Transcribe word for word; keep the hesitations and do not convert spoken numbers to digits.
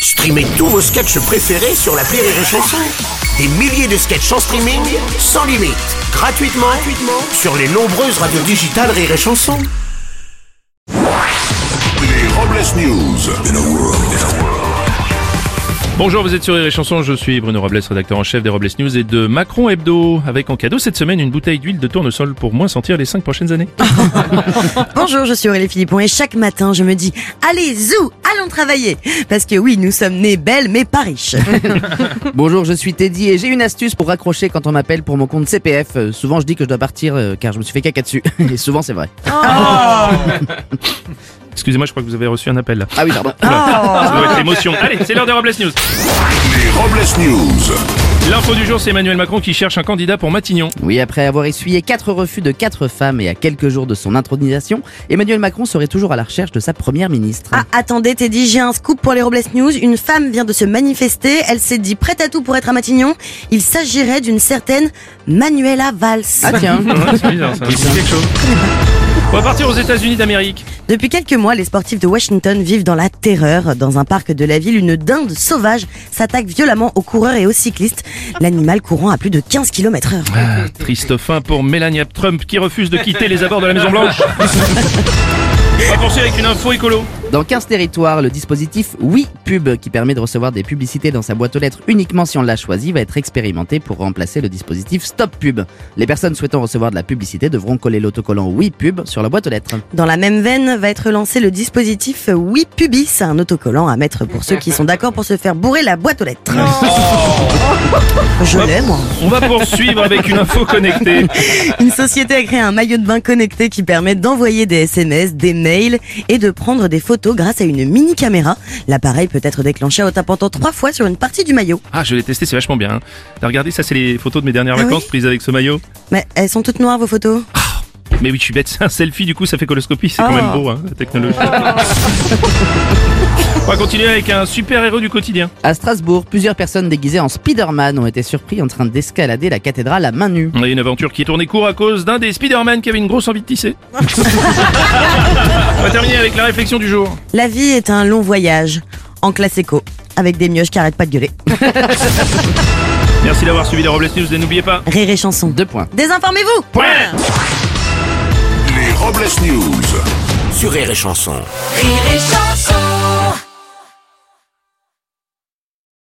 Streamez tous vos sketchs préférés sur l'appli Rire et Chanson. Des milliers de sketchs en streaming, sans limite, gratuitement, gratuitement sur les nombreuses radios digitales Rire et Chanson. Les Robles News. In a world, in a world. Bonjour, vous êtes sur Rire et Chanson, je suis Bruno Robles, rédacteur en chef des Robles News et de Macron Hebdo, avec en cadeau cette semaine une bouteille d'huile de tournesol pour moins sentir les cinq prochaines années. Bonjour, je suis Aurélie Philippon et chaque matin je me dis allez zou, allons travailler. Parce que oui, nous sommes nés belles mais pas riches. Bonjour, je suis Teddy et j'ai une astuce pour raccrocher quand on m'appelle pour mon compte C P F. Euh, souvent je dis que je dois partir euh, car je me suis fait caca dessus. Et souvent c'est vrai. Oh Excusez-moi, je crois que vous avez reçu un appel là. Ah oui, pardon. Ça doit être l'émotion. Allez, c'est l'heure des Robles News. Les Robles News. L'info du jour, c'est Emmanuel Macron qui cherche un candidat pour Matignon. Oui, après avoir essuyé quatre refus de quatre femmes et à quelques jours de son intronisation, Emmanuel Macron serait toujours à la recherche de sa première ministre. Ah, attendez Teddy, j'ai un scoop pour les Robles News. Une femme vient de se manifester, elle s'est dit prête à tout pour être à Matignon. Il s'agirait d'une certaine Manuela Valls. Ah tiens. Ouais, c'est bizarre, ça me dit quelque chose. On va partir aux États-Unis d'Amérique. Depuis quelques mois, les sportifs de Washington vivent dans la terreur. Dans un parc de la ville, une dinde sauvage s'attaque violemment aux coureurs et aux cyclistes. L'animal courant à plus de quinze kilomètres heure. Ah, triste fin pour Melania Trump qui refuse de quitter les abords de la Maison Blanche. On va poursuivre avec une info écolo. Dans quinze territoires, le dispositif Oui Pub, qui permet de recevoir des publicités dans sa boîte aux lettres uniquement si on l'a choisi, va être expérimenté pour remplacer le dispositif Stop Pub. Les personnes souhaitant recevoir de la publicité devront coller l'autocollant Oui Pub sur la boîte aux lettres. Dans la même veine va être lancé le dispositif Oui Pubis, un autocollant à mettre pour ceux qui sont d'accord pour se faire bourrer la boîte aux lettres. Je l'ai, moi. On va poursuivre avec une info connectée. Une société a créé un maillot de bain connecté qui permet d'envoyer des S M S, des mails et de prendre des photos grâce à une mini caméra. L'appareil peut être déclenché en tapant trois fois sur une partie du maillot. Ah, je l'ai testé, c'est vachement bien. Hein. Regardez, ça c'est les photos de mes dernières Ah vacances oui prises avec ce maillot. Mais elles sont toutes noires vos photos. Mais oui, je suis bête, c'est un selfie, du coup ça fait coloscopie, c'est Oh. quand même beau, hein, la technologie. On va continuer avec un super héros du quotidien. À Strasbourg, plusieurs personnes déguisées en Spider-Man ont été surpris en train d'escalader la cathédrale à main nue. On a une aventure qui est tournée court à cause d'un des Spider-Man qui avait une grosse envie de tisser. On va terminer avec la réflexion du jour. La vie est un long voyage en classe éco avec des mioches qui arrêtent pas de gueuler. Merci d'avoir suivi les Robles News et n'oubliez pas... Rire et Chanson. Deux points. Désinformez-vous. Point. Les Robles News. Sur Rire et Chanson. Rire et chanson.